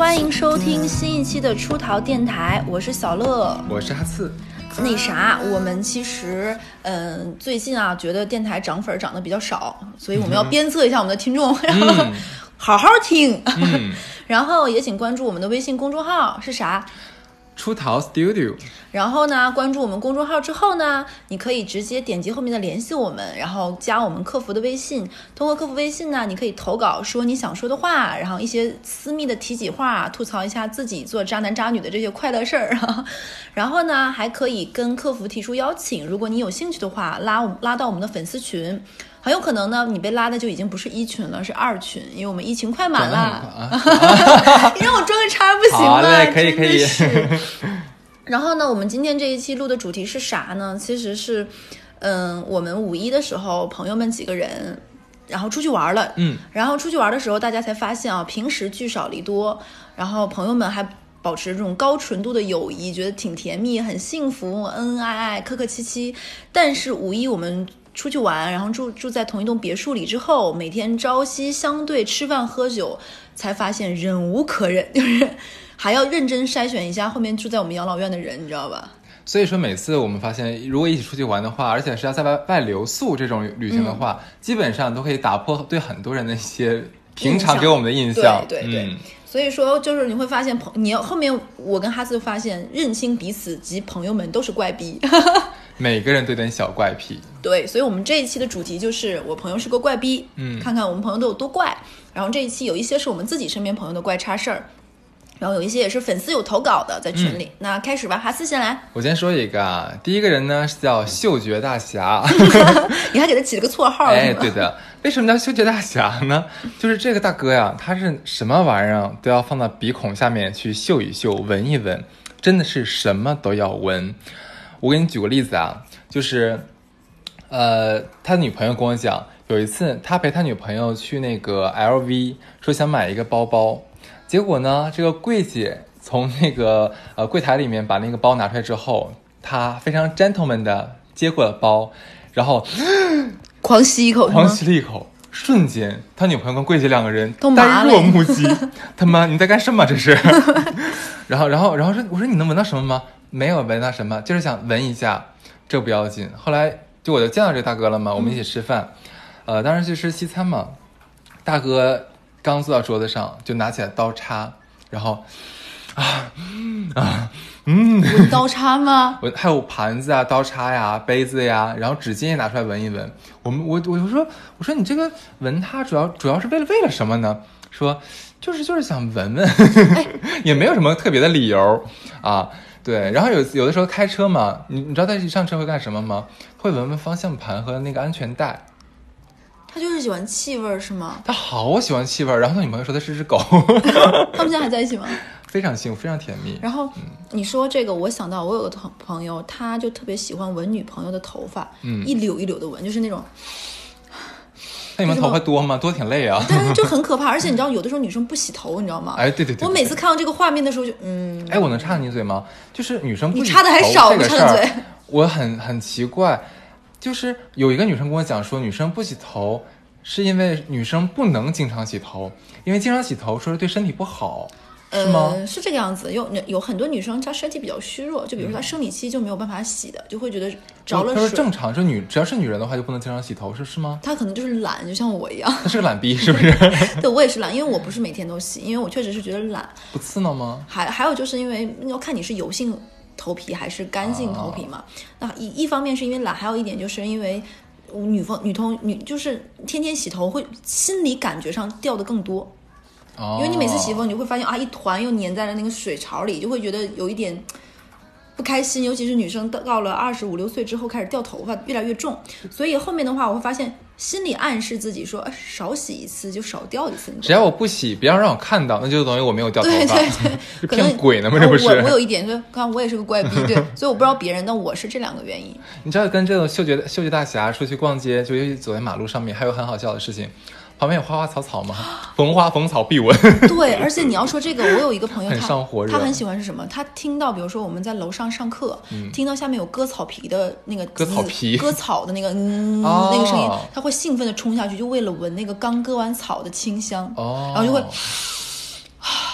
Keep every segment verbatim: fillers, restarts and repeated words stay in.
欢迎收听新一期的出逃电台，我是小乐， 我是哈刺。 那啥，我们其实嗯、呃，最近啊，觉得电台涨粉涨得比较少，所以我们要鞭策一下我们的听众，然后、嗯、好好听。嗯、然后也请关注我们的微信公众号是啥？ 出逃 Studio。 然后呢，关注我们公众号之后呢，你可以直接点击后面的联系我们，然后加我们客服的微信。通过客服微信呢，你可以投稿说你想说的话，然后一些私密的体己话，吐槽一下自己做渣男渣女的这些快乐事儿。然后呢，还可以跟客服提出邀请，如果你有兴趣的话，拉拉到我们的粉丝群。很有可能呢，你被拉的就已经不是一群了，是二群，因为我们一群快满了。啊、你让我装个叉不行吗？ 好嘞，可以可以。 然后呢，我们今天这一期录的主题是啥呢？其实是，嗯，我们五一的时候，朋友们几个人，然后出去玩了， 嗯， 然后出去玩的时候，大家才发现啊，平时聚少离多，然后朋友们还保持这种高纯度的友谊，觉得挺甜蜜，很幸福，恩恩爱爱，客客气气。但是五一我们出去玩，然后住住在同一栋别墅里之后，每天朝夕相对吃饭喝酒，才发现忍无可忍，就是还要认真筛选一下后面住在我们养老院的人，你知道吧？ 所以说每次我们发现如果一起出去玩的话，而且是要在外外留宿这种旅行的话、嗯、基本上都可以打破对很多人的一些平常给我们的印象。 对对对、 嗯、 所以说就是你会发现朋你后面我跟哈斯发现认清彼此及朋友们都是怪逼。 每个人都有点小怪癖。 对，所以我们这一期的主题就是我朋友是个怪逼，嗯，看看我们朋友都有多怪。然后这一期有一些是我们自己身边朋友的怪叉事儿，然后有一些也是粉丝有投稿的在群里、嗯、那开始吧，哈斯先来。 我先说一个啊，第一个人呢是叫嗅觉大侠。 你还给他起了个绰号。 哎，对的。为什么叫嗅觉大侠呢？就是这个大哥呀，他是什么玩意儿都要放到鼻孔下面去嗅一嗅闻一闻，真的是什么都要闻。我给你举个例子啊，就是呃他女朋友跟我讲，有一次他陪他女朋友去那个 L V， 说想买一个包包，结果呢这个柜姐从那个呃柜台里面把那个包拿出来之后，他非常 gentleman 的接过了包，然后狂吸一口， 狂吸了一口，瞬间他女朋友跟柜姐两个人呆若木鸡。他妈你在干什么这是？然后然后然后说，我说你能闻到什么吗？没有闻到什么，就是想闻一下，这不要紧。后来就我就见到这个大哥了嘛，我们一起吃饭，嗯、呃，当时去吃西餐嘛。大哥刚坐到桌子上，就拿起来刀叉，然后啊啊嗯， 闻刀叉吗？ 还有盘子啊、刀叉呀、杯子呀，然后纸巾也拿出来闻一闻。我们我我我说我说你这个闻它主要主要是为了为了什么呢？说就是就是想闻闻，哎、也没有什么特别的理由啊。对，然后有有的时候开车嘛，你你知道他一上车会干什么吗？会闻闻方向盘和那个安全带。 他就是喜欢气味是吗？ 他好喜欢气味，然后他女朋友说他是只狗。 他们现在还在一起吗？ 非常幸福，非常甜蜜。 然后、嗯、你说这个，我想到我有个朋友，他就特别喜欢闻女朋友的头发，嗯，一绺一绺的闻，就是那种。 那你们头发多吗？多挺累啊。 但是就很可怕，而且你知道，有的时候女生不洗头，你知道吗？ 哎，对对 对, 对。 我每次看到这个画面的时候就，嗯。 哎，我能插你嘴吗？就是女生不洗头你插的还少， 这个事儿， 插的嘴。 我很很奇怪，就是有一个女生跟我讲说，女生不洗头是因为女生不能经常洗头，因为经常洗头说是对身体不好。是吗？ 呃，是这个样子。有有很多女生她身体比较虚弱，就比如说她生理期就没有办法洗的，嗯、就会觉得着了水。 她说正常，就女只要是女人的话就不能经常洗头，是是吗？ 她可能就是懒，就像我一样。 她是个懒逼，是不是？ 对，我也是懒，因为我不是每天都洗，因为我确实是觉得懒。 不刺挠吗？ 还还有就是因为要看你是油性头皮还是干性头皮嘛。啊、那一一方面是因为懒，还有一点就是因为女方女同女就是天天洗头会心理感觉上掉的更多。因为你每次洗头你会发现啊，一团又粘在了那个水槽里，就会觉得有一点不开心，尤其是女生到了二十五六岁之后开始掉头发越来越重，所以后面的话我会发现心理暗示自己说、啊、少洗一次就少掉一次， 只要我不洗别让我看到，那就等于我没有掉头发。 对对对， 是骗鬼呢吗？这不是？ 我我有一点就刚我也是个怪逼，对，所以我不知道别人，但我是这两个原因。 你知道跟这种嗅觉嗅觉大侠出去逛街，就尤其走在马路上面，还有很好笑的事情。旁边有花花草草吗？逢花逢草必闻。对， 而且你要说这个，我有一个朋友， 很上火热， 他很喜欢是什么？他听到，比如说我们在楼上上课，嗯、听到下面有割草皮的那个割草皮、 割草的那个嗯、哦、那个声音，他会兴奋的冲下去，就为了闻那个刚割完草的清香，哦、然后就会。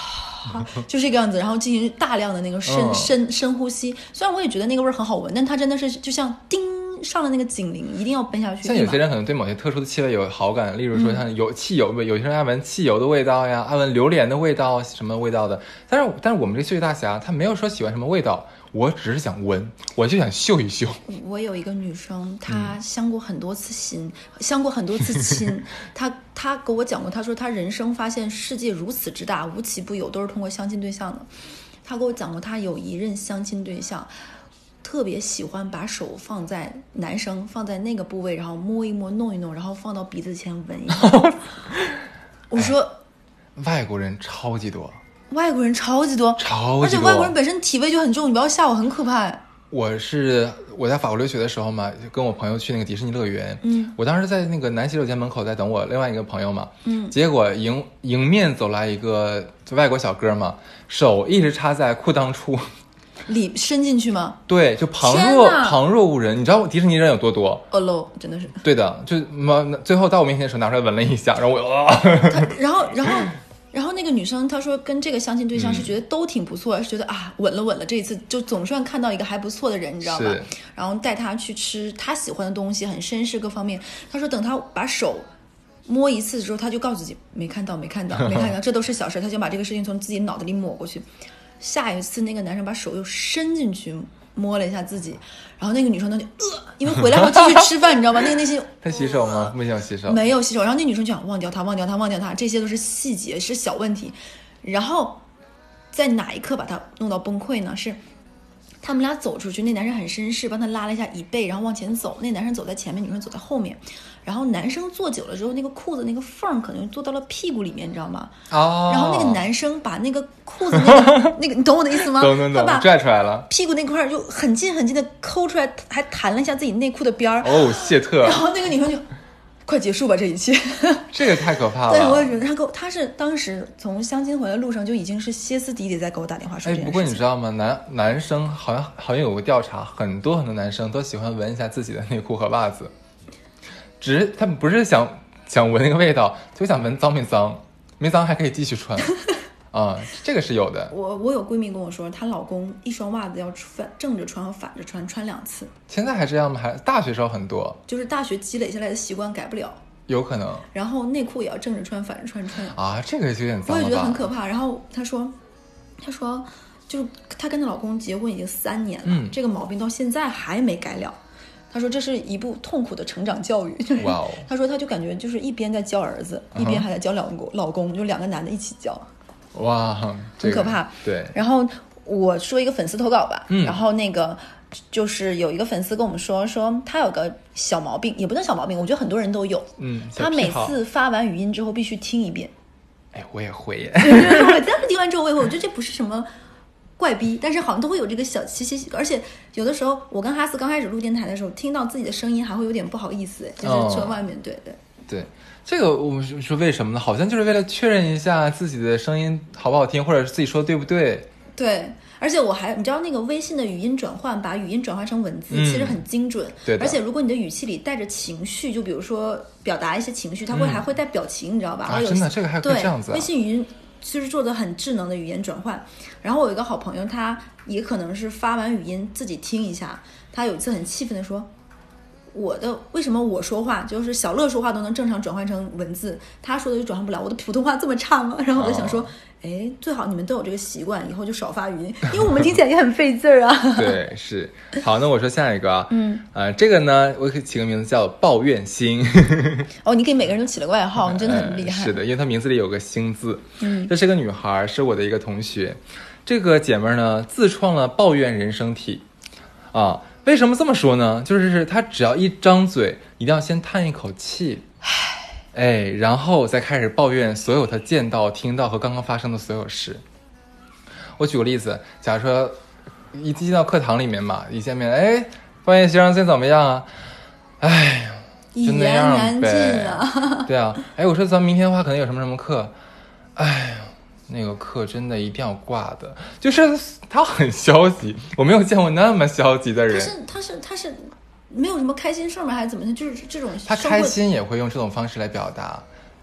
就这个样子，然后进行大量的那个深、嗯、深深呼吸。虽然我也觉得那个味儿很好闻，但它真的是就像叮上了那个警铃，一定要奔下去。 像有些人可能对某些特殊的气味有好感，例如说像有汽油味、嗯，有些人爱闻汽油的味道呀，爱闻榴莲的味道，什么味道的。但是但是我们这嗅觉大侠他没有说喜欢什么味道，我只是想闻，我就想嗅一嗅。 我有一个女生，她相过很多次心，嗯、相过很多次亲。她她跟我讲过，她说她人生发现世界如此之大，无奇不有，都是通过相亲对象的。她跟我讲过，她有一任相亲对象。特别喜欢把手放在男生放在那个部位，然后摸一摸弄一弄，然后放到鼻子前闻一闻。我说、 哎、外国人超级多， 外国人超级多超级多， 而且外国人本身体味就很重，你不要吓我，很可怕。 我是我在法国留学的时候嘛，跟我朋友去那个迪士尼乐园， 嗯， 我当时在那个男洗手间门口在等我另外一个朋友嘛， 嗯， 结果迎迎面走来一个外国小哥嘛，手一直插在裤裆处。 里伸进去吗？ 对，就旁若旁若无人。你知道迪士尼人有多多？ 哦喽，真的是。 对的，就最后到我面前的时候拿出来闻了一下，然后我，啊、 然后然后然后那个女生她说跟这个相亲对象是觉得都挺不错，嗯、是觉得啊稳了稳了，这一次就总算看到一个还不错的人，你知道吧？然后带他去吃他喜欢的东西，很绅士各方面。她说等他把手摸一次之后，他就告诉自己没看到没看到没看到，这都是小事，他就把这个事情从自己脑子里抹过去。下一次那个男生把手又伸进去摸了一下自己，然后那个女生呢就呃，因为回来后继续吃饭，你知道吗？那个内心他洗手吗？没有洗手， 没有洗手。然后那女生就想忘掉他，忘掉他，忘掉他，这些都是细节，是小问题。然后在哪一刻把他弄到崩溃呢？是他们俩走出去，那男生很绅士，帮他拉了一下椅背，然后往前走。那男生走在前面，女生走在后面。然后男生坐久了之后，那个裤子那个缝可能坐到了屁股里面，你知道吗？ 哦。 然后那个男生把那个裤子那个那个，你懂我的意思吗？ 懂懂懂。拽出来了。 屁股那块就很近很近的抠出来，还弹了一下自己内裤的边儿。 哦，谢特。 然后那个女生就。快结束吧，这一切。 这个太可怕了。 对，我也觉得他给我，他是当时从相亲回来路上就已经是歇斯底里在给我打电话说这件事情。 哎，不过你知道吗？男男生好像好像有个调查，很多很多男生都喜欢闻一下自己的内裤和袜子，只是他们不是想想闻那个味道，就想闻脏没脏，没脏还可以继续穿。啊、嗯，这个是有的。 我我有闺蜜跟我说，她老公一双袜子要反正着穿和反着穿，穿两次。 现在还这样吗？还大学时候很多， 就是大学积累下来的习惯改不了， 有可能。 然后内裤也要正着穿，反着穿穿。 啊，这个有点脏了吧？ 我也觉得很可怕。然后她说，她说，就她跟她老公结婚已经三年了， 嗯， 这个毛病到现在还没改了。她说这是一部痛苦的成长教育。 哇哦！ 她说她就感觉就是一边在教儿子，一边还在教老公，老公就两个男的一起教。 哇， 很可怕。 对， 然后我说一个粉丝投稿吧， 嗯， 然后那个就是有一个粉丝跟我们说，说他有个小毛病，也不能小毛病，我觉得很多人都有， 嗯， 他每次发完语音之后必须听一遍。 哎，我也会耶。 对对对，我当时听完之后我也会，我觉得这不是什么怪逼，但是好像都会有这个小奇奇，而且有的时候我跟哈斯刚开始录电台的时候，听到自己的声音还会有点不好意思，就是车外面，哦、对对对。这个我们说为什么呢？好像就是为了确认一下自己的声音好不好听，或者是自己说对不对。 对，而且我还你知道那个微信的语音转换，把语音转换成文字，嗯、其实很精准。 对， 而且如果你的语气里带着情绪，就比如说表达一些情绪，它会、嗯、还会带表情，你知道吧？ 啊，真的，这个还可以这样子、啊。 微信语音其实做的很智能的语言转换。然后我有一个好朋友，他也可能是发完语音自己听一下，他有一次很气愤的说。我的为什么我说话就是小乐说话都能正常转换成文字，他说的就转换不了？我的普通话这么差吗？然后我就想说，哎、哦，最好你们都有这个习惯，以后就少发语音，因为我们听起来也很费字儿啊。 对，是。好，那我说下一个啊， 嗯， 呃，这个呢，我可以起个名字叫抱怨星。 哦，你给每个人都起了个外号，你真的很厉害。 呃、是的，因为他名字里有个星字。 嗯， 这是个女孩，是我的一个同学。这个姐妹呢，自创了抱怨人生体，啊。为什么这么说呢？就是他只要一张嘴，一定要先叹一口气，哎，然后再开始抱怨所有他见到、听到和刚刚发生的所有事。我举个例子，假如说一进到课堂里面嘛，一见面，哎，抱怨学生最近怎么样啊？哎，就那样呗。 啊对啊，哎，我说咱们明天的话可能有什么什么课，哎呀。那个课真的一定要挂的，就是他很消极，我没有见过那么消极的人。 他是他是他是没有什么开心事吗？还是怎么的？就是这种他开心也会用这种方式来表达，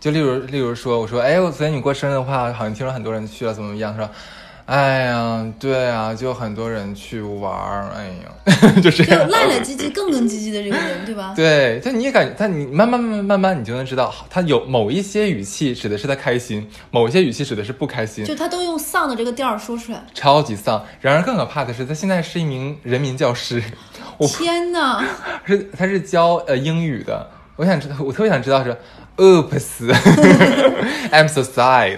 就例如例如说，我说，哎，我昨天你过生日的话，好像听说很多人去了，怎么样？他说，哎呀，对啊，就很多人去玩儿，哎呀，就这样， 就赖赖唧唧、更更唧唧的这个人，对吧？ 对，但你也感觉他，你慢慢慢慢慢慢，你就能知道，他有某一些语气指的是他开心，某一些语气指的是不开心， 就他都用丧的这个调儿说出来， 超级丧。然而更可怕的是，他现在是一名人民教师，我天哪！ 是他是教呃英语的，我想知道，我特别想知道是。Oops, I'm so sad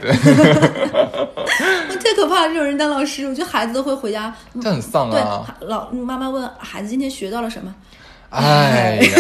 太可怕了！这种人当老师，我觉得孩子都会回家， 这很丧啊。 对，老妈妈问孩子今天学到了什么， 哎呀，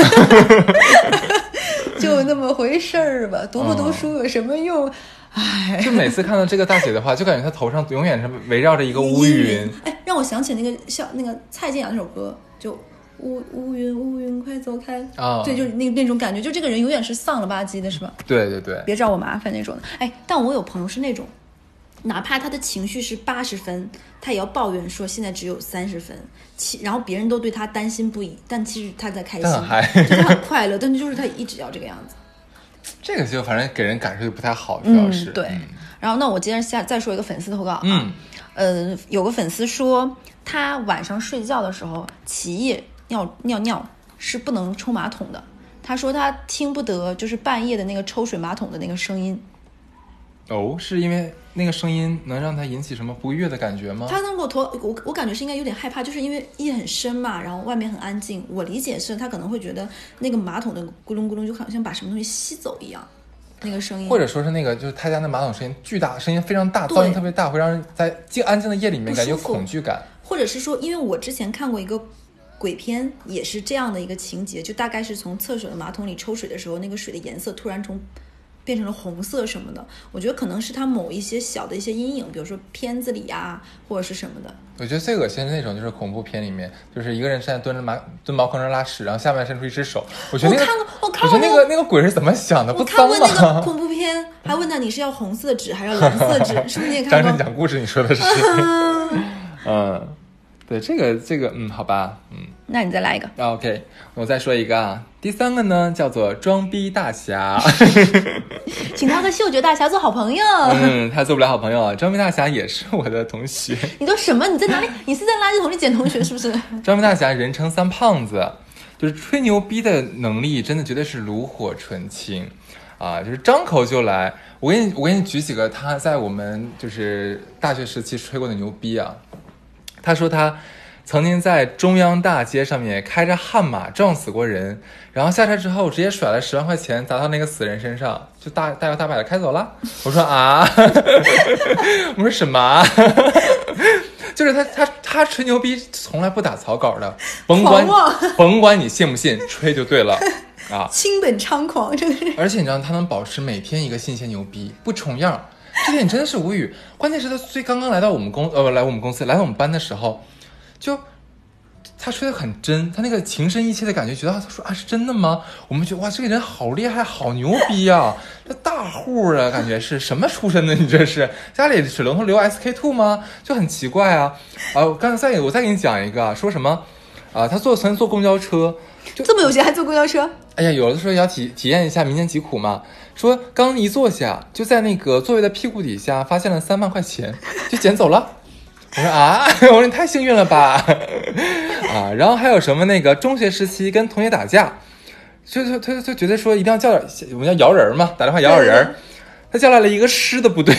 就那么回事儿吧。读不读书有什么用？哎、 嗯，就每次看到这个大姐的话，就感觉她头上永远是围绕着一个乌云。 哎，让我想起那个像那个蔡健雅那首歌，就。乌乌云乌云快走开啊！ Oh. 对，就是那那种感觉，就这个人永远是丧了吧唧的，是吧？ 对对对， 别找我麻烦那种的。哎，但我有朋友是那种，哪怕他的情绪是八十分，他也要抱怨说现在只有三十分，其然后别人都对他担心不已，但其实他在开心，就他很快乐，但是就是他一直要这个样子。 这个就反正给人感受就不太好，主要是、 嗯、对、嗯。然后那我接着下再说一个粉丝投稿啊， 嗯， 呃，有个粉丝说他晚上睡觉的时候起夜。尿尿尿是不能冲马桶的，他说他听不得就是半夜的那个抽水马桶的那个声音。 哦，是因为那个声音能让他引起什么不愉悦的感觉吗？ 他能够头我我感觉是应该有点害怕，就是因为夜很深嘛，然后外面很安静，我理解是他可能会觉得那个马桶的咕隆咕隆就好像把什么东西吸走一样，那个声音， 或者说是那个就是他家那马桶声音巨大，声音非常大，噪音特别大，会让人在静安静的夜里面感觉有恐惧感。 或者是说，因为我之前看过一个鬼片，也是这样的一个情节，就大概是从厕所的马桶里抽水的时候，那个水的颜色突然从变成了红色什么的。我觉得可能是他某一些小的一些阴影，比如说片子里啊，或者是什么的。 我觉得最恶心的那种就是恐怖片里面，就是一个人现在蹲着马蹲茅坑上拉屎，然后下面伸出一只手。我觉得那个我看过，我看过、 那个，我觉得那个那个鬼是怎么想的？ 我看过那个恐怖片，还问他你是要红色纸还是要蓝色纸？是不是你也看过？ 张震讲故事，你说的是？嗯。对，这个这个嗯，好吧，嗯， 那你再来一个。 OK， 我再说一个啊，第三个呢叫做装逼大侠， 请他和嗅觉大侠做好朋友。 嗯，他做不了好朋友啊。装逼大侠也是我的同学。 你都什么？你在哪里？你是在垃圾桶里捡同学是不是？ 装逼大侠人称三胖子，就是吹牛逼的能力真的绝对是炉火纯青啊，就是张口就来。我给你我给你举几个他在我们就是大学时期吹过的牛逼啊。他说他曾经在中央大街上面开着悍马撞死过人，然后下车之后直接甩了十万块钱砸到那个死人身上，就大大摇大摆的开走了。我说啊，我说什么？就是他他他吹牛逼从来不打草稿的，甭管甭管你信不信，吹就对了啊， 亲本猖狂，真是。 而且你知道他能保持每天一个新鲜牛逼，不重样。这点真的是无语，关键是他最刚刚来到我们公呃来我们公司来到我们班的时候，就他吹得很真，他那个情深意切的感觉，觉得他说啊是真的吗？我们觉得哇这个人好厉害，好牛逼啊，这大户啊，感觉是什么出身的？你这是家里水龙头流 S K 二 吗？就很奇怪啊啊！我刚才我再给你讲一个，说什么啊？他坐曾经坐公交车，就这么有钱还坐公交车？ 哎呀，有的时候也要体体验一下民间疾苦嘛。说刚一坐下，就在那个座位的屁股底下发现了三万块钱，就捡走了。我说啊，我说你太幸运了吧，啊，然后还有什么那个中学时期跟同学打架，就就他就觉得说一定要叫点，我们叫摇人嘛，打电话摇摇人，他叫来了一个师的部队，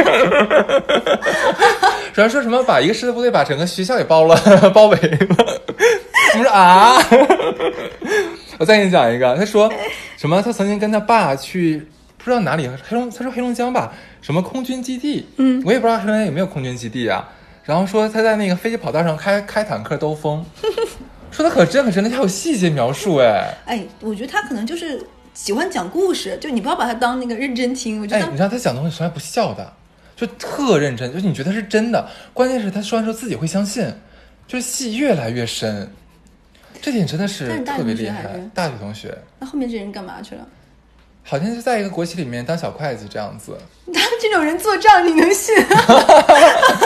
主要说什么把一个师的部队把整个学校给包了，包围了。我说啊。我再给你讲一个，他说什么？他曾经跟他爸去不知道哪里，黑龙，他说黑龙江吧，什么空军基地，嗯，我也不知道黑龙江有没有空军基地啊。然后说他在那个飞机跑道上开开坦克兜风，说的可真可真的，他有细节描述哎。 哎，我觉得他可能就是喜欢讲故事，就你不要把他当那个认真听。我觉得， 哎，你知道他讲东西从来不笑的，就特认真，就是你觉得是真的，关键是他说完之后自己会相信，就是戏越来越深。这点真的是特别厉害，大学同学。 那后面这人干嘛去了？ 好像是在一个国企里面当小会计这样子。 他们这种人做账，你能信？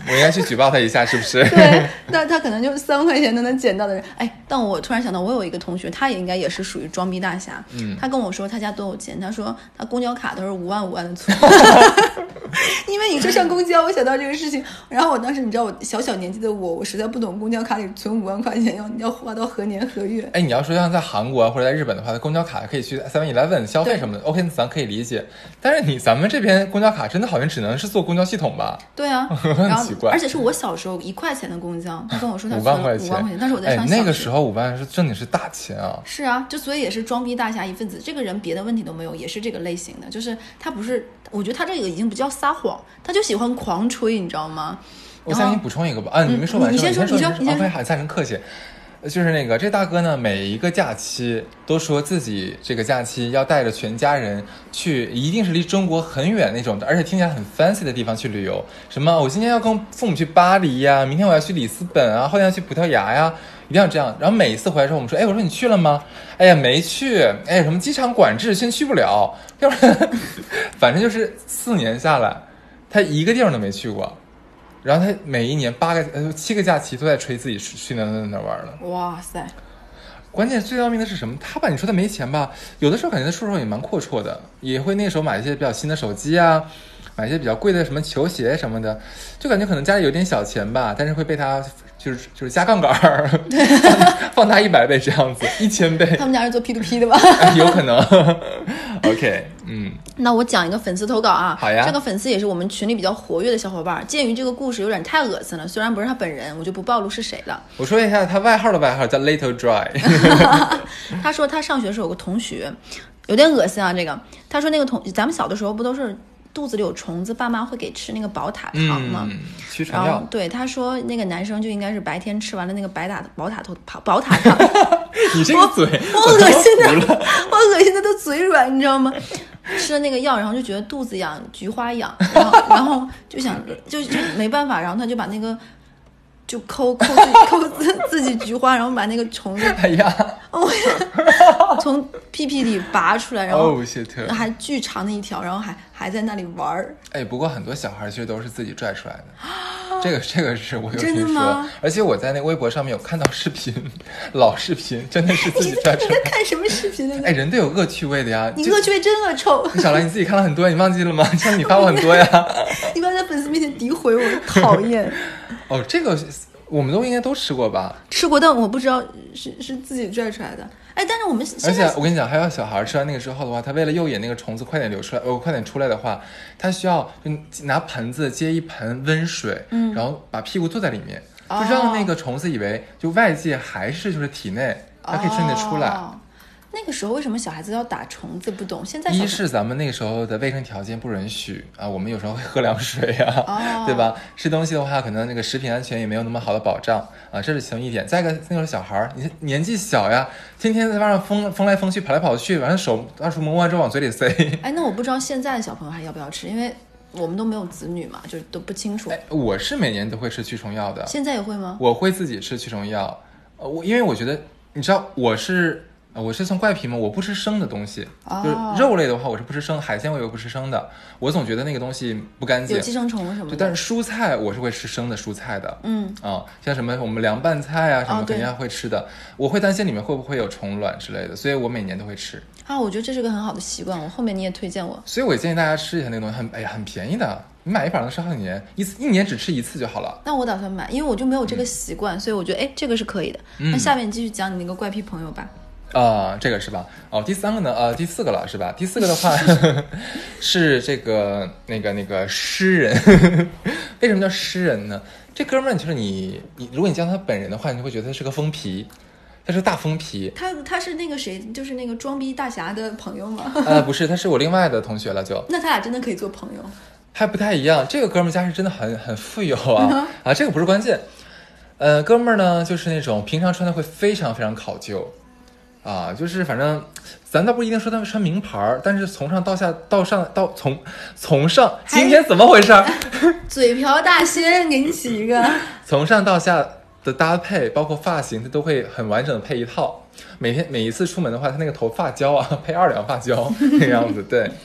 我应该去举报他一下，是不是？ 对，那他可能就三块钱都能捡到的人。哎，但我突然想到，我有一个同学，他也应该也是属于装逼大侠。嗯，他跟我说他家多有钱，他说他公交卡都是五万五万的存。因为你说上公交，我想到这个事情，然后我当时你知道我小小年纪的我，我实在不懂公交卡里存五万块钱要要花到何年何月。 哎，你要说像在韩国或者在日本的话，公交卡可以去 seven eleven 消费什么的 ，OK， 咱可以理解。但是你咱们这边公交卡真的好像只能是坐公交系统吧？ 对啊， 很奇怪。 而且是我小时候一块钱的公交，他跟我说他五万块钱， 五万块钱，但是我在上小学。哎，那个时候五万是真的是大钱啊。 是啊，就所以也是装逼大侠一份子。这个人别的问题都没有，也是这个类型的，就是他不是，我觉得他这个已经不叫撒谎，他就喜欢狂吹，你知道吗？ 我再给你补充一个吧，啊，你没说完， 你先说， 你说，你先说。 还再很客气。就是那个这大哥呢，每一个假期都说自己这个假期要带着全家人去，一定是离中国很远那种的，而且听起来很 fancy 的地方去旅游。什么我今天要跟父母去巴黎呀，明天我要去里斯本啊，后天要去葡萄牙呀，一定要这样。然后每一次回来之后，我们说，哎，我说你去了吗？哎呀，没去。哎，什么机场管制，先去不了。要不然，反正就是四年下来，他一个地方都没去过。然后他每一年八个呃七个假期都在吹自己去哪哪哪玩了。 哇塞！ 关键最要命的是什么？他吧，你说他没钱吧，有的时候感觉他出手也蛮阔绰的，也会那时候买一些比较新的手机啊，买一些比较贵的什么球鞋什么的，就感觉可能家里有点小钱吧，但是会被他就是就是加杠杆儿，放大一百倍这样子，一千倍。 他们家是做 P to P 的吧？ 有可能。OK， 嗯， 那我讲一个粉丝投稿啊。 好呀。 这个粉丝也是我们群里比较活跃的小伙伴。鉴于这个故事有点太恶心了，虽然不是他本人，我就不暴露是谁了。 我说一下他外号的外号叫 Little Dry。 他说他上学时候有个同学，有点恶心啊。这个他说那个同，咱们小的时候不都是肚子里有虫子，爸妈会给吃那个宝塔糖吗？ 嗯，驱虫药。 对，他说那个男生就应该是白天吃完了那个白塔宝塔头宝塔糖。 你这个嘴， 我我恶心的，我恶心的都嘴软，你知道吗？吃了那个药，然后就觉得肚子痒，菊花痒，然后然后就想就就没办法，然后他就把那个就抠抠自己抠自自己菊花，然后把那个虫子， 哎呀， 哦，从屁屁里拔出来，然后还巨长的一条，然后还还在那里玩儿。 哎，不过很多小孩其实都是自己拽出来的。这个这个是我有听说，而且我在那个微博上面有看到视频，老视频真的是自己拽出来。 你在看什么视频呢？ 哎，人都有恶趣味的呀。 你恶趣味真恶臭。 小兰，你自己看了很多，你忘记了吗？像你发过很多呀。 你不要在粉丝面前诋毁我，讨厌。 哦，这个我们都应该都吃过吧？ 吃过，但我不知道是是自己拽出来的。哎，但是我们而且我跟你讲，还有小孩吃完那个之后的话，他为了诱引那个虫子快点流出来，呃，快点出来的话，他需要拿盆子接一盆温水，嗯，然后把屁股坐在里面，哦、就让那个虫子以为就外界还是就是体内，它可以顺利出来。 哦那个时候为什么小孩子要打虫子？不懂。现在一是咱们那个时候的卫生条件不允许啊，我们有时候会喝凉水啊，哦、对吧？吃东西的话，可能那个食品安全也没有那么好的保障啊，这是其中一点。再一个，那个小孩你年纪小呀，天天在外上疯疯来疯去，跑来跑去，完了手到处摸完之后往嘴里塞。 哎，那我不知道现在的小朋友还要不要吃，因为我们都没有子女嘛，就都不清楚。 哎，我是每年都会吃驱虫药的。 现在也会吗？ 我会自己吃驱虫药，呃，我因为我觉得，你知道我是。我是算怪癖吗？我不吃生的东西，哦、就是肉类的话，我是不吃生，海鲜我也不吃生的。我总觉得那个东西不干净， 有寄生虫什么的。 但是蔬菜我是会吃生的蔬菜的，嗯啊，像什么我们凉拌菜啊什么肯定会吃的。哦、我会担心里面会不会有虫卵之类的，所以我每年都会吃。 啊，我觉得这是个很好的习惯，我后面你也推荐我。 所以我建议大家吃一下那个东西，很哎呀很便宜的，你买一把能吃好几年，一次一年只吃一次就好了。 那我打算买，因为我就没有这个习惯，嗯、所以我觉得哎这个是可以的。嗯、那下面你继续讲你那个怪癖朋友吧。 啊、呃，这个是吧？哦，第三个呢？呃，第四个了是吧？第四个的话是这个那个那个诗人。为什么叫诗人呢？这哥们儿就是你，你如果你叫他本人的话，你会觉得他是个疯皮，他是个大疯皮。 他他是那个谁，就是那个装逼大侠的朋友吗？ 呃，不是，他是我另外的同学了就。 那他俩真的可以做朋友？ 还不太一样。这个哥们儿家是真的很很富有啊、嗯、啊，这个不是关键。呃，哥们儿呢就是那种平常穿的会非常非常考究。啊，就是反正咱倒不一定说他们穿名牌，但是从上到下到上到从从上，今天怎么回事？ 嘴瓢大仙给你起一个。 从上到下的搭配，包括发型，他都会很完整的配一套。每天每一次出门的话，他那个头发胶啊，配二两发胶那个样子。对，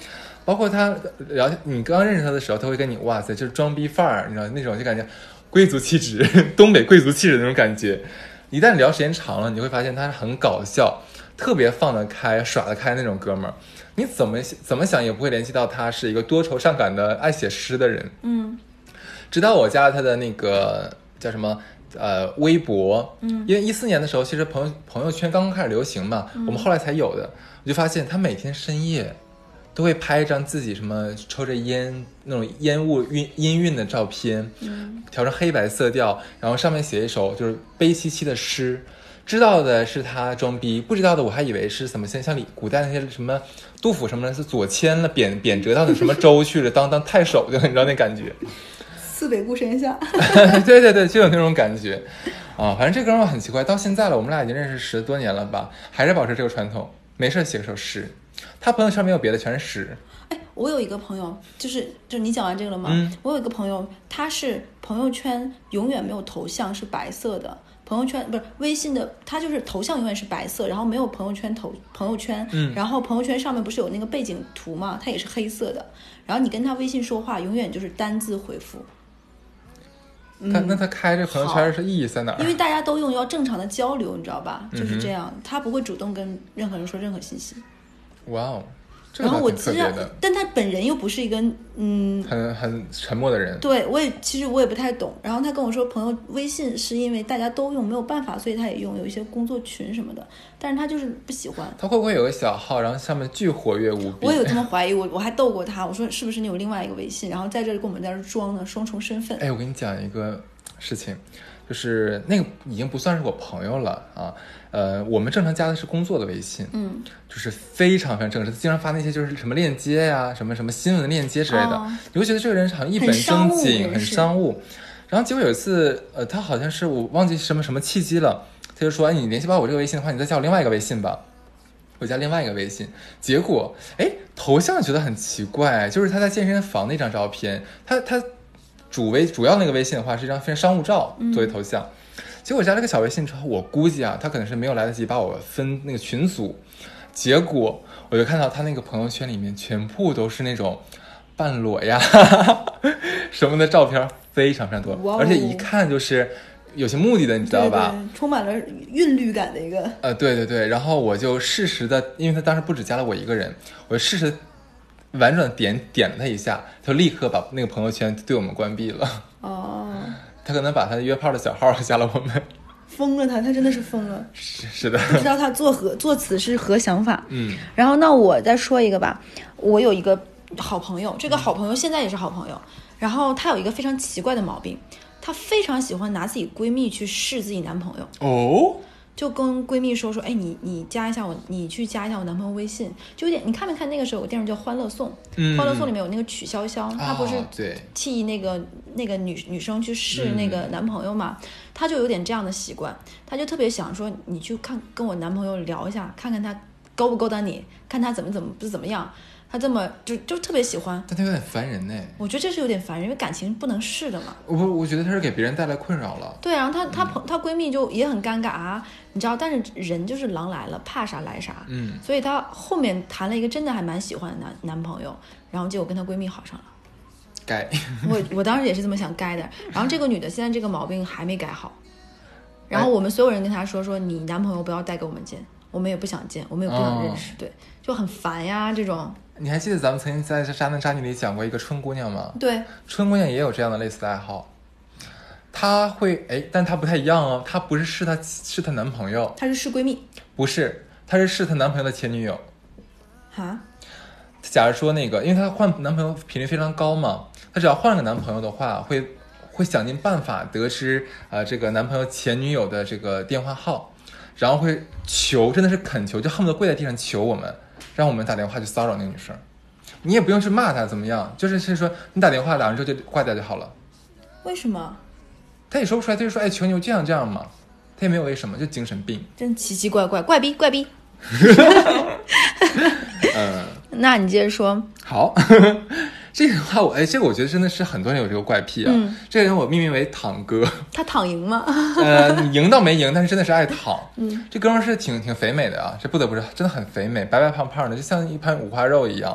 包括他聊你刚认识他的时候，他会跟你哇塞，就是装逼范儿，你知道那种就感觉贵族气质，东北贵族气质的那种感觉。一旦聊时间长了，你会发现他是很搞笑，特别放得开、耍得开那种哥们儿。你怎么怎么想也不会联系到他是一个多愁善感的爱写诗的人。 嗯， 直到我加了他的那个叫什么呃微博，嗯，因为一四年的时候，其实朋友朋友圈刚刚开始流行嘛，嗯、我们后来才有的。我就发现他每天深夜都会拍一张自己什么抽着烟那种烟雾晕氤氲的照片，嗯，调成黑白色调，然后上面写一首就是悲戚戚的诗。知道的是他装逼，不知道的我还以为是怎么像像古代那些什么杜甫什么的，是左迁了贬贬谪到那什么州去了，当当太守的，你知道那感觉。 四北固神下。 对对对，就有那种感觉啊。反正这哥们儿很奇怪，到现在了，我们俩已经认识十多年了吧，还是保持这个传统，没事写首诗。他朋友圈没有别的，全是诗。 哎，我有一个朋友，就是就你讲完这个了吗？嗯，我有一个朋友，他是朋友圈永远没有头像，是白色的。朋友圈不是微信的，他就是头像永远是白色，然后没有朋友圈头朋友圈，嗯，然后朋友圈上面不是有那个背景图嘛，它也是黑色的。然后你跟他微信说话，永远就是单字回复。 他、嗯、那他开这朋友圈是意义在哪儿？ 因为大家都用，要正常的交流，你知道吧？就是这样，嗯、他不会主动跟任何人说任何信息。 哇哦！ 然后我其实，但他本人又不是一个嗯很很沉默的人。 对，我也其实我也不太懂。然后他跟我说，朋友微信是因为大家都用，没有办法，所以他也用，有一些工作群什么的。但是他就是不喜欢。 他会不会有个小号，然后上面巨活跃无比？ 我有这么怀疑，我我还逗过他，我说是不是你有另外一个微信，然后在这里跟我们在这装呢，双重身份。 哎，我跟你讲一个事情，就是那个已经不算是我朋友了啊。呃，我们正常加的是工作的微信，嗯，就是非常非常正式，经常发那些就是什么链接呀、什么什么新闻的链接之类的，哦、你会觉得这个人好像一本正经，很商务。然后结果有一次，呃，他好像是我忘记什么什么契机了，他就说：“哎，你联系不到我这个微信的话，你再加我另外一个微信吧。”我加另外一个微信，结果哎，头像觉得很奇怪，就是他在健身房那张照片，他他主微主要那个微信的话是一张非常商务照作为头像。嗯，结果加了个小微信之后，我估计啊，他可能是没有来得及把我分那个群组，结果我就看到他那个朋友圈里面全部都是那种半裸呀什么的照片，非常非常多，哦、而且一看就是有些目的的，你知道吧？ 对对，充满了韵律感的一个。 呃，对对对，然后我就适时的，因为他当时不只加了我一个人，我就适时婉转点点了他一下，他就立刻把那个朋友圈对我们关闭了。哦。他可能把他的约炮的小号加了我们， 疯了他，他真的是疯了。 是是的， 不知道他作何作此是何想法。嗯，然后那我再说一个吧，我有一个好朋友，这个好朋友现在也是好朋友，然后他有一个非常奇怪的毛病，她非常喜欢拿自己闺蜜去试自己男朋友。 哦。 就跟闺蜜说说，哎，你你加一下我，你去加一下我男朋友微信，就有点，你看没看那个时候有个电视叫《欢乐颂》？嗯，《欢乐颂》里面有那个曲筱绡，她不是替那个、哦、那个女女生去试那个男朋友嘛，她、嗯、就有点这样的习惯，她就特别想说，你去看跟我男朋友聊一下，看看他勾不勾搭你，看他怎么怎么不是怎么样。他这么就就特别喜欢， 但他有点烦人呢。 我觉得这是有点烦人，因为感情不能试的嘛。 我我觉得他是给别人带来困扰了。 对，然后她她朋她闺蜜就也很尴尬啊，你知道，但是人就是狼来了，怕啥来啥。嗯，所以她后面谈了一个真的还蛮喜欢的男男朋友，然后结果跟她闺蜜好上了。 该我我当时也是这么想该的。然后这个女的现在这个毛病还没改好，然后我们所有人跟她说说，你男朋友不要带给我们见，我们也不想见，我们也不想认识，哦、对，就很烦呀这种。 你还记得咱们曾经在《渣男渣女》里讲过一个春姑娘吗？ 对， 春姑娘也有这样的类似的爱好。她会哎，但她不太一样哦，她不是试她试她男朋友， 她是试闺蜜， 不是，她是试她男朋友的前女友。 哈？ 假如说那个，因为她换男朋友频率非常高嘛，她只要换了个男朋友的话，会会想尽办法得知呃这个男朋友前女友的这个电话号，然后会求，真的是恳求，就恨不得跪在地上求我们。让我们打电话去骚扰那个女生，你也不用去骂她怎么样，就是是说你打电话打完之后就挂掉就好了。 为什么？ 她也说不出来，她就说哎，求你这样这样嘛，她也没有为什么，就精神病， 真奇奇怪怪，怪逼怪逼。 嗯， 那你接着说。 好。这个话我哎，这个我觉得真的是很多人有这个怪癖啊。嗯、这个人我命名为躺哥。他躺赢吗？ 呃，赢倒没赢，但是真的是爱躺。嗯，这哥们是挺挺肥美的啊，这不得不说真的很肥美，白白胖胖的，就像一盘五花肉一样。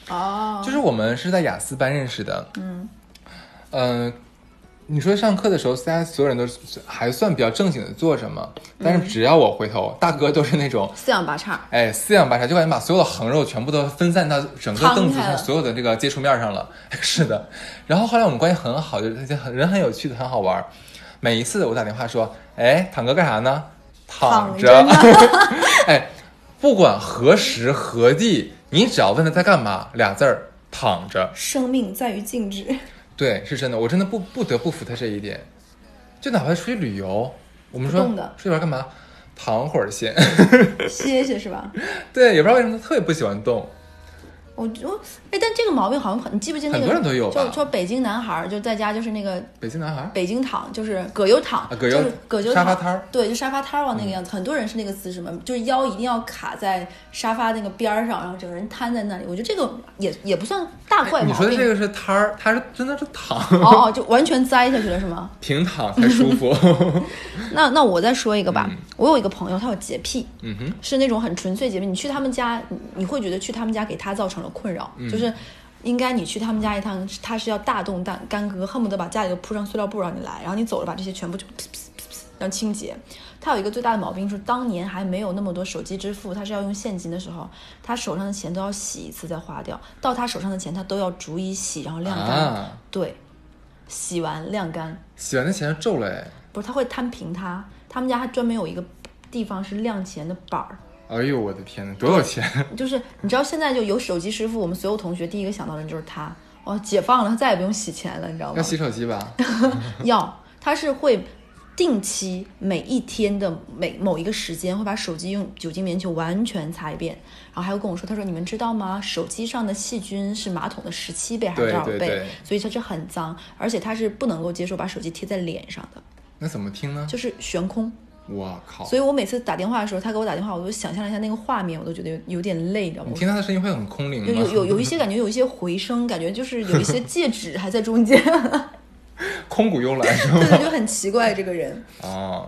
哦， 就是我们是在雅思班认识的， 嗯嗯、呃，你说上课的时候，大家所有人都还算比较正经的坐着嘛，但是只要我回头，大哥都是那种四仰八叉， 哎，四仰八叉，就感觉把所有的横肉全部都分散到整个凳子上所有的这个接触面上了。是的，然后后来我们关系很好，就是人很有趣的，很好玩。每一次我打电话说，哎，躺哥干啥呢？躺着。哎，不管何时何地，你只要问他在干嘛，俩字儿，躺着。 生命在于静止。 对，是真的，我真的不不得不服他这一点。就哪怕出去旅游，我们说出去玩干嘛？躺会儿先， 歇歇是吧？ 对，也不知道为什么他特别不喜欢动。 我我哎，但这个毛病好像很，你记不记得那个很多人都有吧？ 就说北京男孩就在家就是那个北京男孩， 北京躺就是葛优躺， 啊、葛优就是葛优沙发摊儿， 对，就沙发摊儿往那个样子、嗯。很多人是那个姿势嘛，就是腰一定要卡在沙发那个边儿上，然后整个人瘫在那里。我觉得这个也也不算大怪毛病。 你说的这个是摊儿，他是真的是躺， 哦哦，就完全栽下去了是吗？ 平躺才舒服。 那那我再说一个吧、 嗯， 我有一个朋友，他有洁癖， 嗯哼， 是那种很纯粹洁癖。你去他们家，你会觉得去他们家给他造成了困扰， 嗯、 就是。应该你去他们家一趟，他是要大动干干戈，恨不得把家里都铺上塑料布让你来，然后你走了把这些全部就噗噗噗噗让清洁。他有一个最大的毛病，就是当年还没有那么多手机支付，他是要用现金的时候，他手上的钱都要洗一次再花掉，到他手上的钱他都要逐一洗，然后晾干。啊、对，洗完晾干， 洗完的钱就皱了哎。 不是，他会摊平它，他们家还专门有一个地方是晾钱的板儿。 哎呦我的天哪，多少钱？ 就是你知道现在就有手机师傅，我们所有同学第一个想到的人就是他。哇，解放了，他再也不用洗钱了，你知道吗？ 要洗手机吧？ 要，他是会定期每一天的每某一个时间会把手机用酒精棉球完全擦一遍，然后还会跟我说，他说你们知道吗？手机上的细菌是马桶的十七倍还是多少倍？ 对对对， 所以它是很脏，而且他是不能够接受把手机贴在脸上的。 那怎么听呢？ 就是悬空。 我靠！ 所以我每次打电话的时候，他给我打电话，我都想象了一下那个画面，我都觉得有有点累，你知道吗？ 你听他的声音会很空灵吗？ 有有有有一些感觉，有一些回声，感觉就是有一些介质还在中间。 空谷幽兰是吗？ 对，就很奇怪这个人。 哦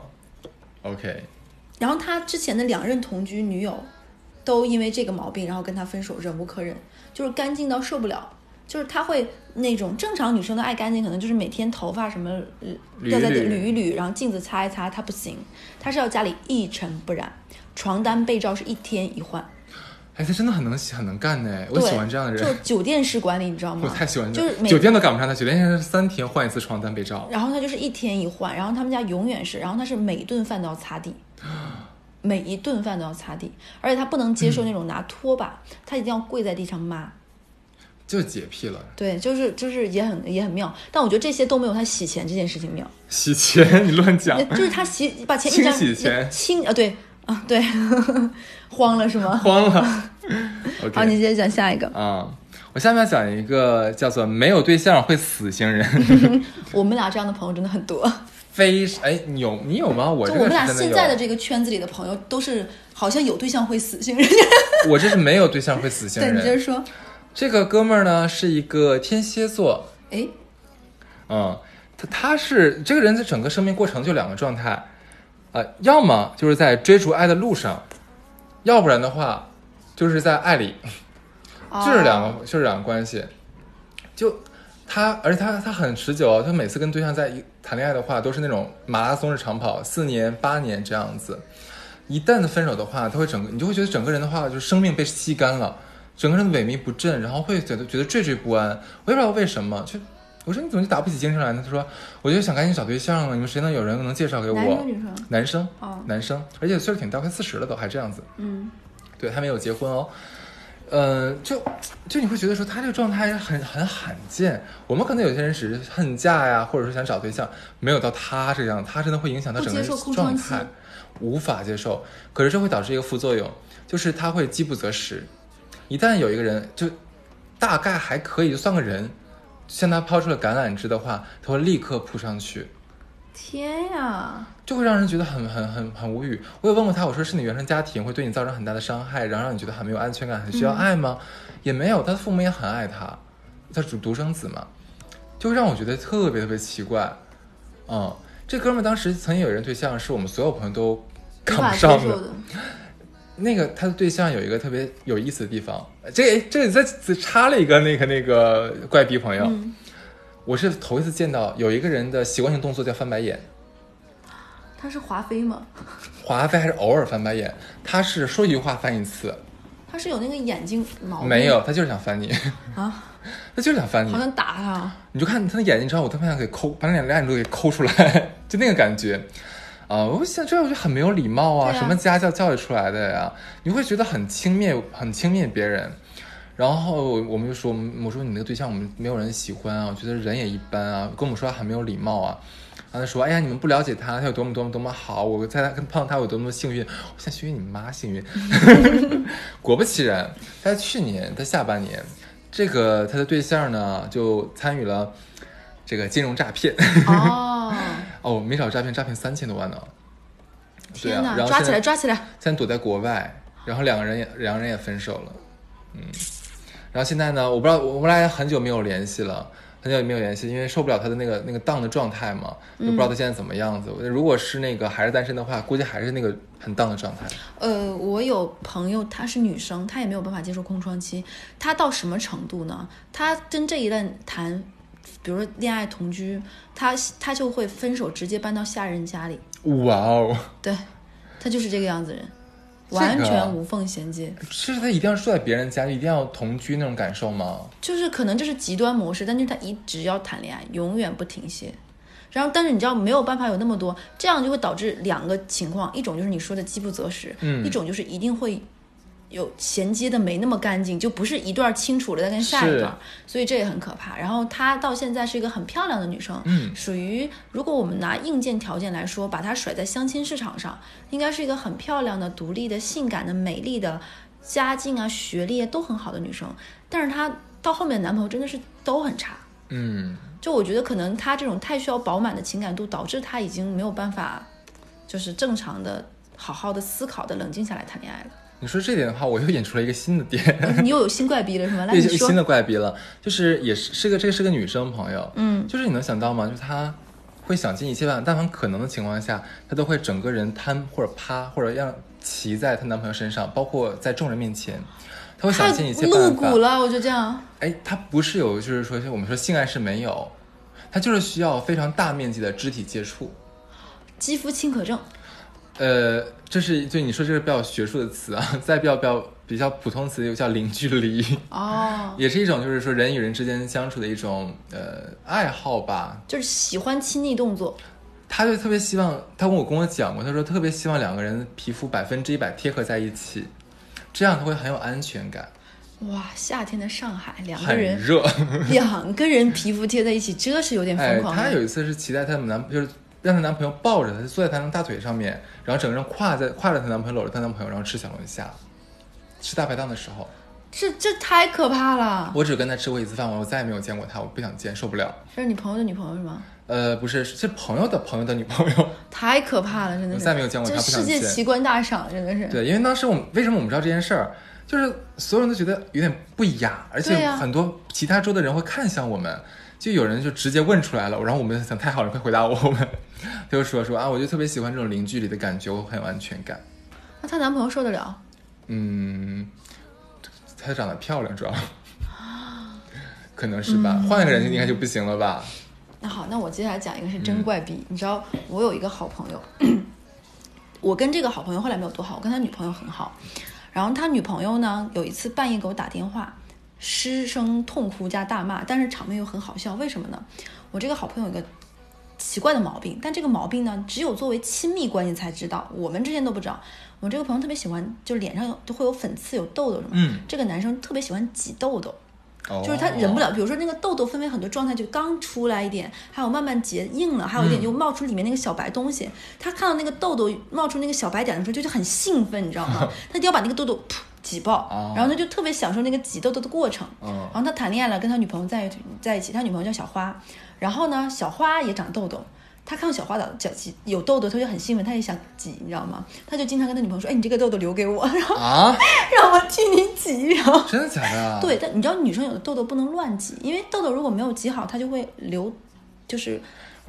，OK。 然后他之前的两任同居女友，都因为这个毛病，然后跟他分手，忍无可忍，就是干净到受不了。就是他会那种正常女生的爱干净，可能就是每天头发什么掉在捋一捋，然后镜子擦一擦，他不行，他是要家里一尘不染，床单被罩是一天一换。 哎，他真的很能洗，很能干呢，我喜欢这样的人。 就酒店式管理，你知道吗？ 我太喜欢这就是酒店都赶不上他，酒店现在是三天换一次床单被罩， 然后他就是一天一换，然后他们家永远是，然后他是每一顿饭都要擦地。每一顿饭都要擦地，而且他不能接受那种拿拖把、嗯、他一定要跪在地上抹， 就是洁癖了。 对，就是就是也很也很妙，但我觉得这些都没有他洗钱这件事情妙。 洗钱你乱讲， 就是他洗把钱清洗钱清啊，对啊对，慌了是吗？ 慌了。okay. 好，你接着讲下一个啊、嗯。我下面要讲一个叫做没有对象会死型人。 我们俩这样的朋友真的很多。 非哎，你有你有吗？我这个就我们俩现在的这个圈子里的朋友都是好像有对象会死型人。 我这是没有对象会死型人。 对，你接着说。 这个哥们儿呢是一个天蝎座。 哎， 嗯，他他是这个人在整个生命过程就两个状态，呃，要么就是在追逐爱的路上，要不然的话就是在爱里， 哦、 就是两个就是两个关系，就。他，而且他他很持久，他每次跟对象在一谈恋爱的话，都是那种马拉松式长跑，四年八年这样子。一旦分手的话，他会整个你就会觉得整个人的话，就是生命被吸干了，整个人萎靡不振，然后会觉得觉得惴惴不安。我也不知道为什么，就我说你怎么就打不起精神来呢？他说我就想赶紧找对象了，你们谁能有人能介绍给我？ 男生女生？ 男生， 哦， 男生，而且岁数挺大，快四十了都还这样子。 嗯， 对，他没有结婚哦。呃，就就你会觉得说他这个状态很很罕见。我们可能有些人只是恨嫁呀，或者说想找对象，没有到他这样，他真的会影响他整个人状态，无法接受。可是这会导致一个副作用，就是他会饥不择食。一旦有一个人就大概还可以就算个人，向他抛出了橄榄枝的话，他会立刻扑上去。 天呀， 就会让人觉得很很很很无语。我有问过他，我说是你原生家庭会对你造成很大的伤害，然后让你觉得很没有安全感，很需要爱吗？嗯、也没有，他的父母也很爱他，他是独生子嘛，就会让我觉得特别特别奇怪。嗯，这哥们当时曾经有人对象，是我们所有朋友都看不上的。 那个他的对象有一个特别有意思的地方，这这里再插了一个那个那个怪逼朋友、嗯、我是头一次见到有一个人的习惯性动作叫翻白眼。 他是华妃吗？ 华妃还是偶尔翻白眼？他是说一句话翻一次。 他是有那个眼睛毛病？ 没有，他就是想翻你啊， 他就是想翻你， 好像打他。 你就看他的眼睛，知道我特别想给抠，把两两眼都给抠出来，就那个感觉啊、呃！我想这我觉得很没有礼貌 啊, 啊什么家教教育出来的呀？你会觉得很轻蔑，很轻蔑别人。然后我们就说，我说你那个对象我们没有人喜欢啊，我觉得人也一般啊，跟我们说他很没有礼貌啊。然后他说：“哎呀，你们不了解他，他有多么多么多么好，我在他跟碰到他有多么幸运。”我想幸运你妈幸运。果不其然，在去年的下半年，这个他的对象呢就参与了这个金融诈骗。 哦哦，没少诈骗，诈骗三千多万呢。 天哪！ 啊、然后抓起来，抓起来！ 现在躲在国外，然后两个人也两个人也分手了。嗯，然后现在呢，我不知道，我们俩很久没有联系了。很久没有联系，因为受不了他的那个那个荡的状态嘛，就不知道他现在怎么样子、嗯、如果是那个还是单身的话，估计还是那个很荡的状态。 呃，我有朋友她是女生，她也没有办法接受空窗期。她到什么程度呢？她跟这一任谈比如说恋爱同居，她她就会分手直接搬到下人家里。 哇哦， 对，她就是这个样子人，完全无缝衔接。 是他一定要住在别人家，一定要同居那种感受吗？ 就是可能这是极端模式，但就是他一直要谈恋爱，永远不停歇。然后但是你知道没有办法有那么多，这样就会导致两个情况，一种就是你说的饥不择食、嗯、一种就是一定会有衔接的没那么干净，就不是一段清楚了再跟下一段，所以这也很可怕。然后她到现在是一个很漂亮的女生，嗯，属于如果我们拿硬件条件来说，把她甩在相亲市场上，应该是一个很漂亮的、独立的、性感的、美丽的，家境啊、学历都很好的女生。但是她到后面的男朋友真的是都很差， 嗯， 就我觉得可能她这种太需要饱满的情感度，导致她已经没有办法，就是正常的、好好的思考的、冷静下来谈恋爱了。 你说这点的话，我又引出了一个新的点。 你又有新怪逼了是吗？来，你说新的怪逼了，就是也是是个这个是个女生朋友， 嗯， 就是你能想到吗？就是她会想尽一切办法，但凡可能的情况下，她都会整个人瘫或者趴或者让骑在她男朋友身上，包括在众人面前，她会想尽一切办法。 太露骨了，我就这样。 哎，她不是有就是说我们说性爱是没有，她就是需要非常大面积的肢体接触， 肌肤轻可症。 呃，这是就你说这是比较学术的词啊，再比较比较比较普通词又叫零距离哦， 也是一种就是说人与人之间相处的一种呃爱好吧， 就是喜欢亲昵动作。 他就特别希望，他跟我跟我讲过，他说特别希望两个人皮肤百分之一百贴合在一起，这样他会很有安全感。 哇，夏天的上海，两个人很热， 两个人皮肤贴在一起，这是有点疯狂的。 哎，他有一次是骑在他们男就是。让她男朋友抱着她，坐在她的大腿上面，然后整个人跨在跨着她男朋友，搂着她男朋友，然后吃小龙虾，吃大排档的时候， 这这太可怕了。 我只跟他吃过一次饭，我再也没有见过他，我不想见，受不了。 这是你朋友的女朋友是吗？ 呃，不是，是朋友的朋友的女朋友。 太可怕了，真的是。 我再没有见过他，不想见。 世界奇观大赏，真的是。 对，因为当时我们为什么我们知道这件事儿，就是所有人都觉得有点不雅，而且很多其他州的人会看向我们。就有人就直接问出来了，然后我们想太好了，快回答我们。他就说说啊，我就特别喜欢这种零距离的感觉，我很有安全感。 那她男朋友受得了？ 嗯，她长得漂亮，主要可能是吧。嗯、换一个人应该就不行了吧？ 那好，那我接下来讲一个是真怪逼。嗯、你知道，我有一个好朋友，我跟这个好朋友后来没有多好，我跟他女朋友很好。然后他女朋友呢，有一次半夜给我打电话。失声痛哭加大骂，但是场面又很好笑。为什么呢？我这个好朋友有一个奇怪的毛病，但这个毛病呢，只有作为亲密关系才知道，我们之间都不知道。我这个朋友特别喜欢，就脸上都会有粉刺、有痘痘什么。嗯，这个男生特别喜欢挤痘痘。就是他忍不了，比如说那个痘痘分为很多状态，就刚出来一点，还有慢慢结硬了，还有一点就冒出里面那个小白东西。嗯、他看到那个痘痘冒出那个小白点的时候，就是很兴奋，你知道吗？他一定要把那个痘痘噗挤爆，哦、然后他就特别享受那个挤痘痘的过程。哦、然后他谈恋爱了，跟他女朋友在在一起，他女朋友叫小花，然后呢，小花也长痘痘。他看到小花的脚挤有痘痘，他就很兴奋，他也想挤，你知道吗？他就经常跟他女朋友说：“哎，你这个痘痘留给我，然后、啊、让我替你挤。”然后真的假的、啊？ 对，但你知道女生有的痘痘不能乱挤，因为痘痘如果没有挤好，它就会留，就是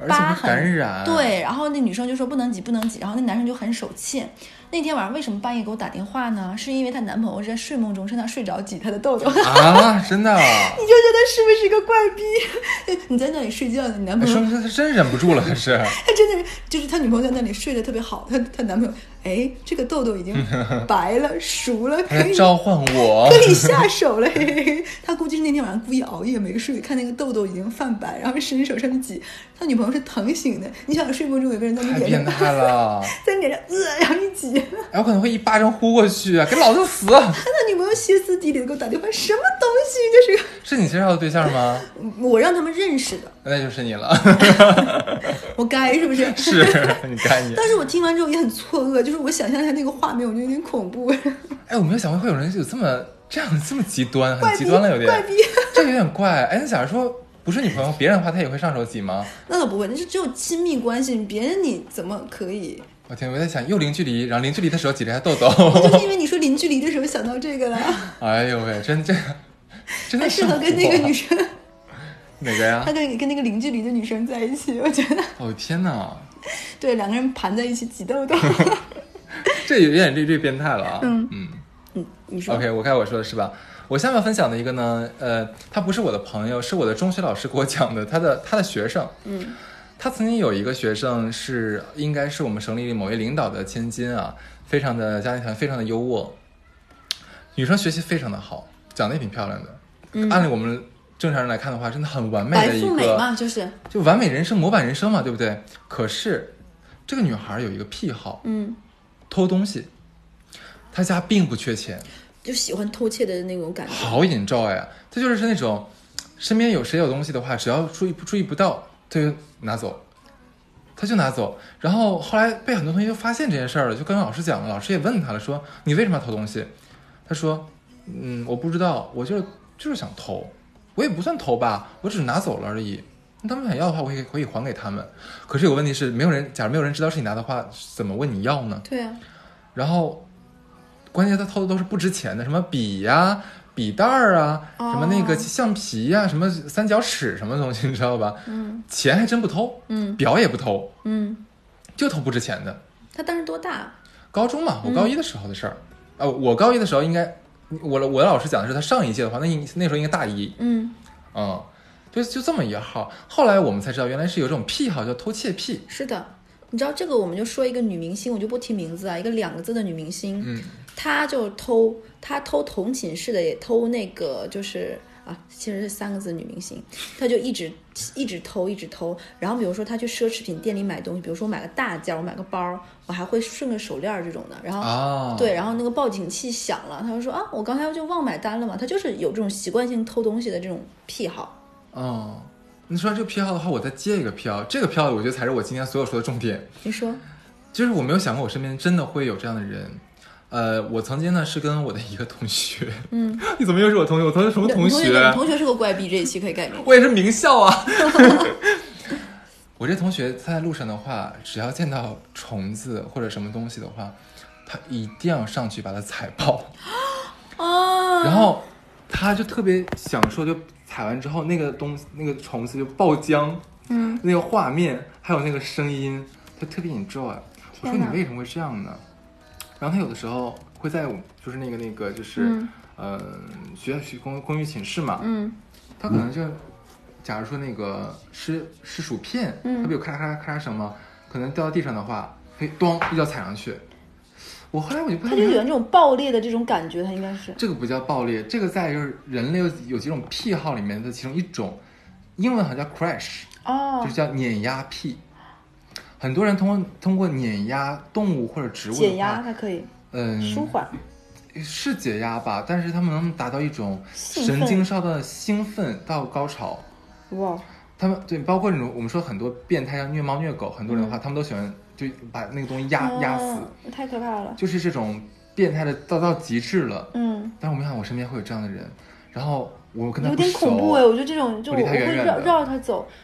疤痕感染。 对，然后那女生就说不能挤不能挤，然后那男生就很手欠。那天晚上为什么半夜给我打电话呢？是因为她男朋友是在睡梦中趁她睡着挤她的痘痘啊，真的？ 你就觉得是不是一个怪逼？你在那里睡觉呢，你男朋友说明他真忍不住了，可是他真的就是他女朋友在那里睡得特别好，他他男朋友哎，这个痘痘已经白了熟了，可以召唤我， 可以下手了。嘿嘿嘿，他估计是那天晚上故意熬夜没睡，看那个痘痘已经泛白，然后伸手上去挤。他女朋友是疼醒的，你想睡梦中有个人在你脸上， 太变态了， 在你脸上呃，然后一挤， 哎，我可能会一巴掌呼过去啊，给老子死！ 他女朋友歇斯底里的给我打电话，什么东西？这是个是你介绍的对象吗？ 我让他们认识的， 那就是你了。 我该是不是？ 是你该你。 但是我听完之后也很错愕，就是我想象一下那个画面，我觉得有点恐怖。 哎，我没有想过会有人有这么这样这么极端，很极端了，有点怪逼， 这有点怪。哎，那假如说不是女朋友，别人的话他也会上手挤吗？ 那倒不会，那是只有亲密关系，别人你怎么可以？ 我天，我在想又零距离，然后零距离的时候挤了一下痘痘。 就是因为你说零距离的时候想到这个了。 哎呦喂，真这真的适合跟那个女生。 哪个呀？ 他跟跟那个零距离的女生在一起，我觉得。 哦天哪！ 对，两个人盘在一起挤痘痘。 这有点略略变态了啊。 嗯嗯嗯，你说。 OK， 我看我说的是吧？我下面分享的一个呢，呃，他不是我的朋友，是我的中学老师给我讲的，他的他的学生。 嗯。 他曾经有一个学生是应该是我们省里某位领导的千金啊，非常的家庭条件非常的优渥，女生学习非常的好，长得也挺漂亮的。嗯，按照我们正常人来看的话，真的很完美的一个白富美嘛，就是就完美人生模板人生嘛，对不对？可是这个女孩有一个癖好， 嗯， 偷东西。她家并不缺钱， 就喜欢偷窃的那种感觉， 好引照哎，她就是那种身边有谁有东西的话，只要注意注意不到，她就拿走。他就拿走，然后后来被很多同学就发现这件事儿了，就跟老师讲了，老师也问他了，说你为什么要偷东西？他说，嗯，我不知道，我就就是想偷，我也不算偷吧，我只是拿走了而已。他们想要的话，我也可以还给他们。可是有个问题是，没有人，假如没有人知道是你拿的话，怎么问你要呢？ 对啊。 然后，关键他偷的都是不值钱的，什么笔呀、笔袋儿啊，什么那个橡皮呀、啊，什么三角尺什么东西，你知道吧？嗯，钱还真不偷， 嗯， 表也不偷， 嗯， 就偷不值钱的。 他当时多大？ 高中嘛，我高一的时候的事儿。嗯、呃，我高一的时候应该，我我的老师讲的是他上一届的话，那那时候应该大一。 嗯嗯，就就这么一个号。后来我们才知道，原来是有这种癖好叫偷窃癖。 是的，你知道这个，我们就说一个女明星，我就不提名字啊，一个两个字的女明星， 嗯， 她就偷，她偷同寝室的，也偷那个就是啊，其实是三个字女明星，她就一直一直偷，一直偷。然后比如说她去奢侈品店里买东西，比如说我买个大件，我买个包，我还会顺个手链这种的。然后、 哦、 对，然后那个报警器响了，她就说啊，我刚才就忘买单了嘛。她就是有这种习惯性偷东西的这种癖好。 哦，你说这个癖好的话，我再接一个癖好，这个癖好我觉得才是我今天所有说的重点。 你说， 就是我没有想过我身边真的会有这样的人。呃，我曾经呢是跟我的一个同学，嗯，你怎么又是我同学？我同学什么同学？ 你同学是个怪逼，这一期可以改名。 我也是名校啊。我这同学他在路上的话，只要见到虫子或者什么东西的话，他一定要上去把它踩爆。 啊！ 然后他就特别享受，就踩完之后那个东那个虫子就爆浆，嗯，那个画面还有那个声音，他特别enjoy。我说你为什么会这样呢？然后他有的时候会在就是那个那个就是、嗯、呃学学公公寓寝室嘛，嗯，他可能就假如说那个吃吃薯片，嗯，他不有咔嚓咔嚓咔嚓声吗？可能掉到地上的话，可以咚一脚踩上去。我后来我就不太， 他就有这种爆裂的这种感觉，他应该是这个不叫爆裂，这个在就是人类有有几种癖好里面的其中一种，英文好像叫 crash， 哦，就是叫碾压癖。很多人通过通过碾压动物或者植物的话， 解压，它可以嗯舒缓， 是解压吧，但是他们能达到一种神经上的兴奋到高潮。 哇！ 他们对，包括那种我们说很多变态像虐猫虐狗，很多人的话、嗯、他们都喜欢就把那个东西压、哦、压死， 太可怕了。 就是这种变态的到到极致了。 嗯， 但是我没想到我身边会有这样的人，然后我跟他有点恐怖哎，我觉得这种就我离他远远的会绕绕他走。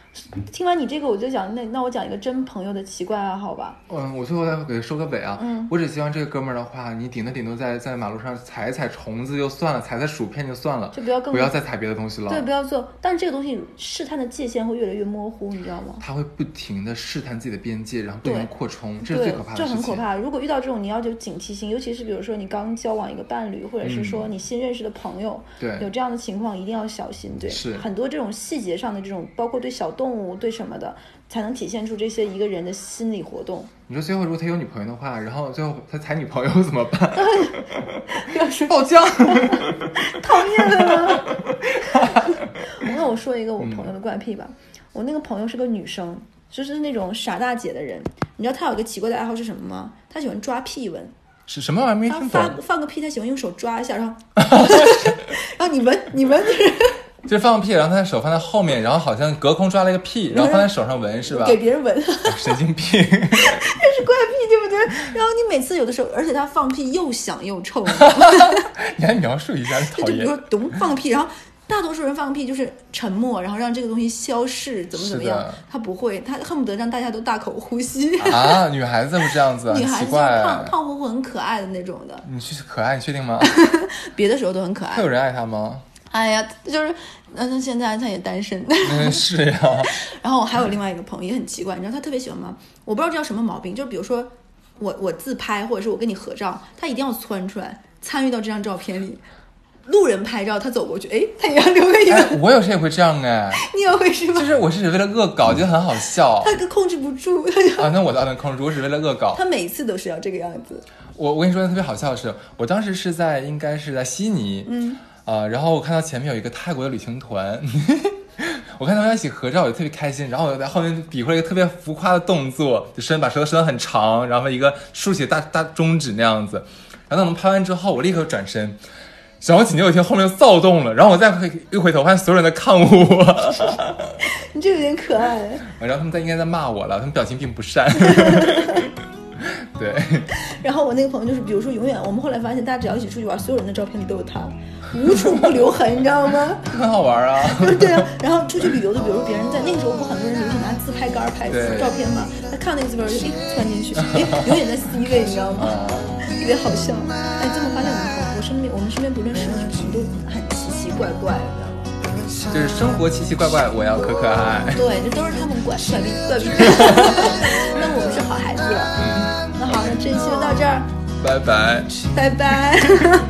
听完你这个，我就讲那那我讲一个真朋友的奇怪爱好吧。 嗯，我最后再给他收个尾啊。 嗯， 我只希望这个哥们儿的话，你顶多顶多在在马路上踩一踩虫子就算了，踩踩薯片就算了， 就不要更不要再踩别的东西了。 对，不要做。但是这个东西试探的界限会越来越模糊，你知道吗？ 他会不停的试探自己的边界，然后不停的扩充，这是最可怕的事情。 这很可怕。如果遇到这种，你要有警惕性，尤其是比如说你刚交往一个伴侣，或者是说你新认识的朋友， 嗯、对， 有这样的情况一定要小心。对， 是很多这种细节上的这种，包括对小动物、对什么的，才能体现出这些一个人的心理活动。 你说最后如果他有女朋友的话，然后最后他踩女朋友怎么办？ 要是爆浆， 讨厌了。那我说一个我朋友的怪癖吧。嗯、我那个朋友是个女生，就是那种傻大姐的人。你知道她有个奇怪的爱好是什么吗？她喜欢抓屁闻。 是什么玩意儿？没听懂。 她放放个屁，她喜欢用手抓一下，然后，然后你闻，你闻。 就是放个屁，然后他的手放在后面，然后好像隔空抓了一个屁，然后放在手上闻，是吧？ 给别人闻。 神经病。 这是怪癖，对不对？然后你每次有的时候，而且他放屁又响又臭。 你还描述一下，讨厌。 就比如说咚放屁，然后大多数人放屁就是沉默，然后让这个东西消逝，怎么怎么样。他不会，他恨不得让大家都大口呼吸。 啊，女孩子不这样子， 女孩子就是胖胖乎乎很可爱的那种的。 你去可爱，你确定吗？ 别的时候都很可爱。 会有人爱他吗？ 哎呀，就是，嗯，现在他也单身。 嗯，是呀。 然后我还有另外一个朋友也很奇怪，你知道他特别喜欢吗？我不知道这叫什么毛病，就是比如说我我自拍，或者是我跟你合照，他一定要窜出来参与到这张照片里。路人拍照，他走过去，哎，他也要留个影。 哎，我有时也会这样哎。 你也会是吗？ 就是我是为了恶搞，觉得很好笑。 他控制不住，他就啊，那我倒能控制住，我是为了恶搞。 他每次都是要这个样子。 我我跟你说，特别好笑的是，我当时是在应该是在悉尼， 嗯。 啊、呃，然后我看到前面有一个泰国的旅行团，我看他们一起合照，我就特别开心。然后我在后面比划了一个特别浮夸的动作，就伸把舌头伸得很长，然后一个竖起大大中指那样子。然后等我们拍完之后，我立刻转身，然后紧接着有一天后面又躁动了，然后我再一回头，发现所有人在看我。 你这有点可爱。 然后他们在应该在骂我了，他们表情并不善。对， 然后我那个朋友就是，比如说永远，我们后来发现，大家只要一起出去玩，所有人的照片里都有他，无处不留痕，你知道吗？ 很好玩啊。 对啊，然后出去旅游的，比如说别人在那个时候，不很多人流行拿自拍杆拍照片嘛，他看那个自拍就哎窜进去，哎永远在 C 位，你知道吗？特别好笑。哎，这么发现我们我身边我们身边不论是男朋友都很奇奇怪怪，你知道吗？ 就是生活奇奇怪怪，我要可可爱。 对，这都是他们怪怪逼怪逼。那我们是好孩子了。嗯，那好，那这一期就到这儿， 拜拜， 拜拜。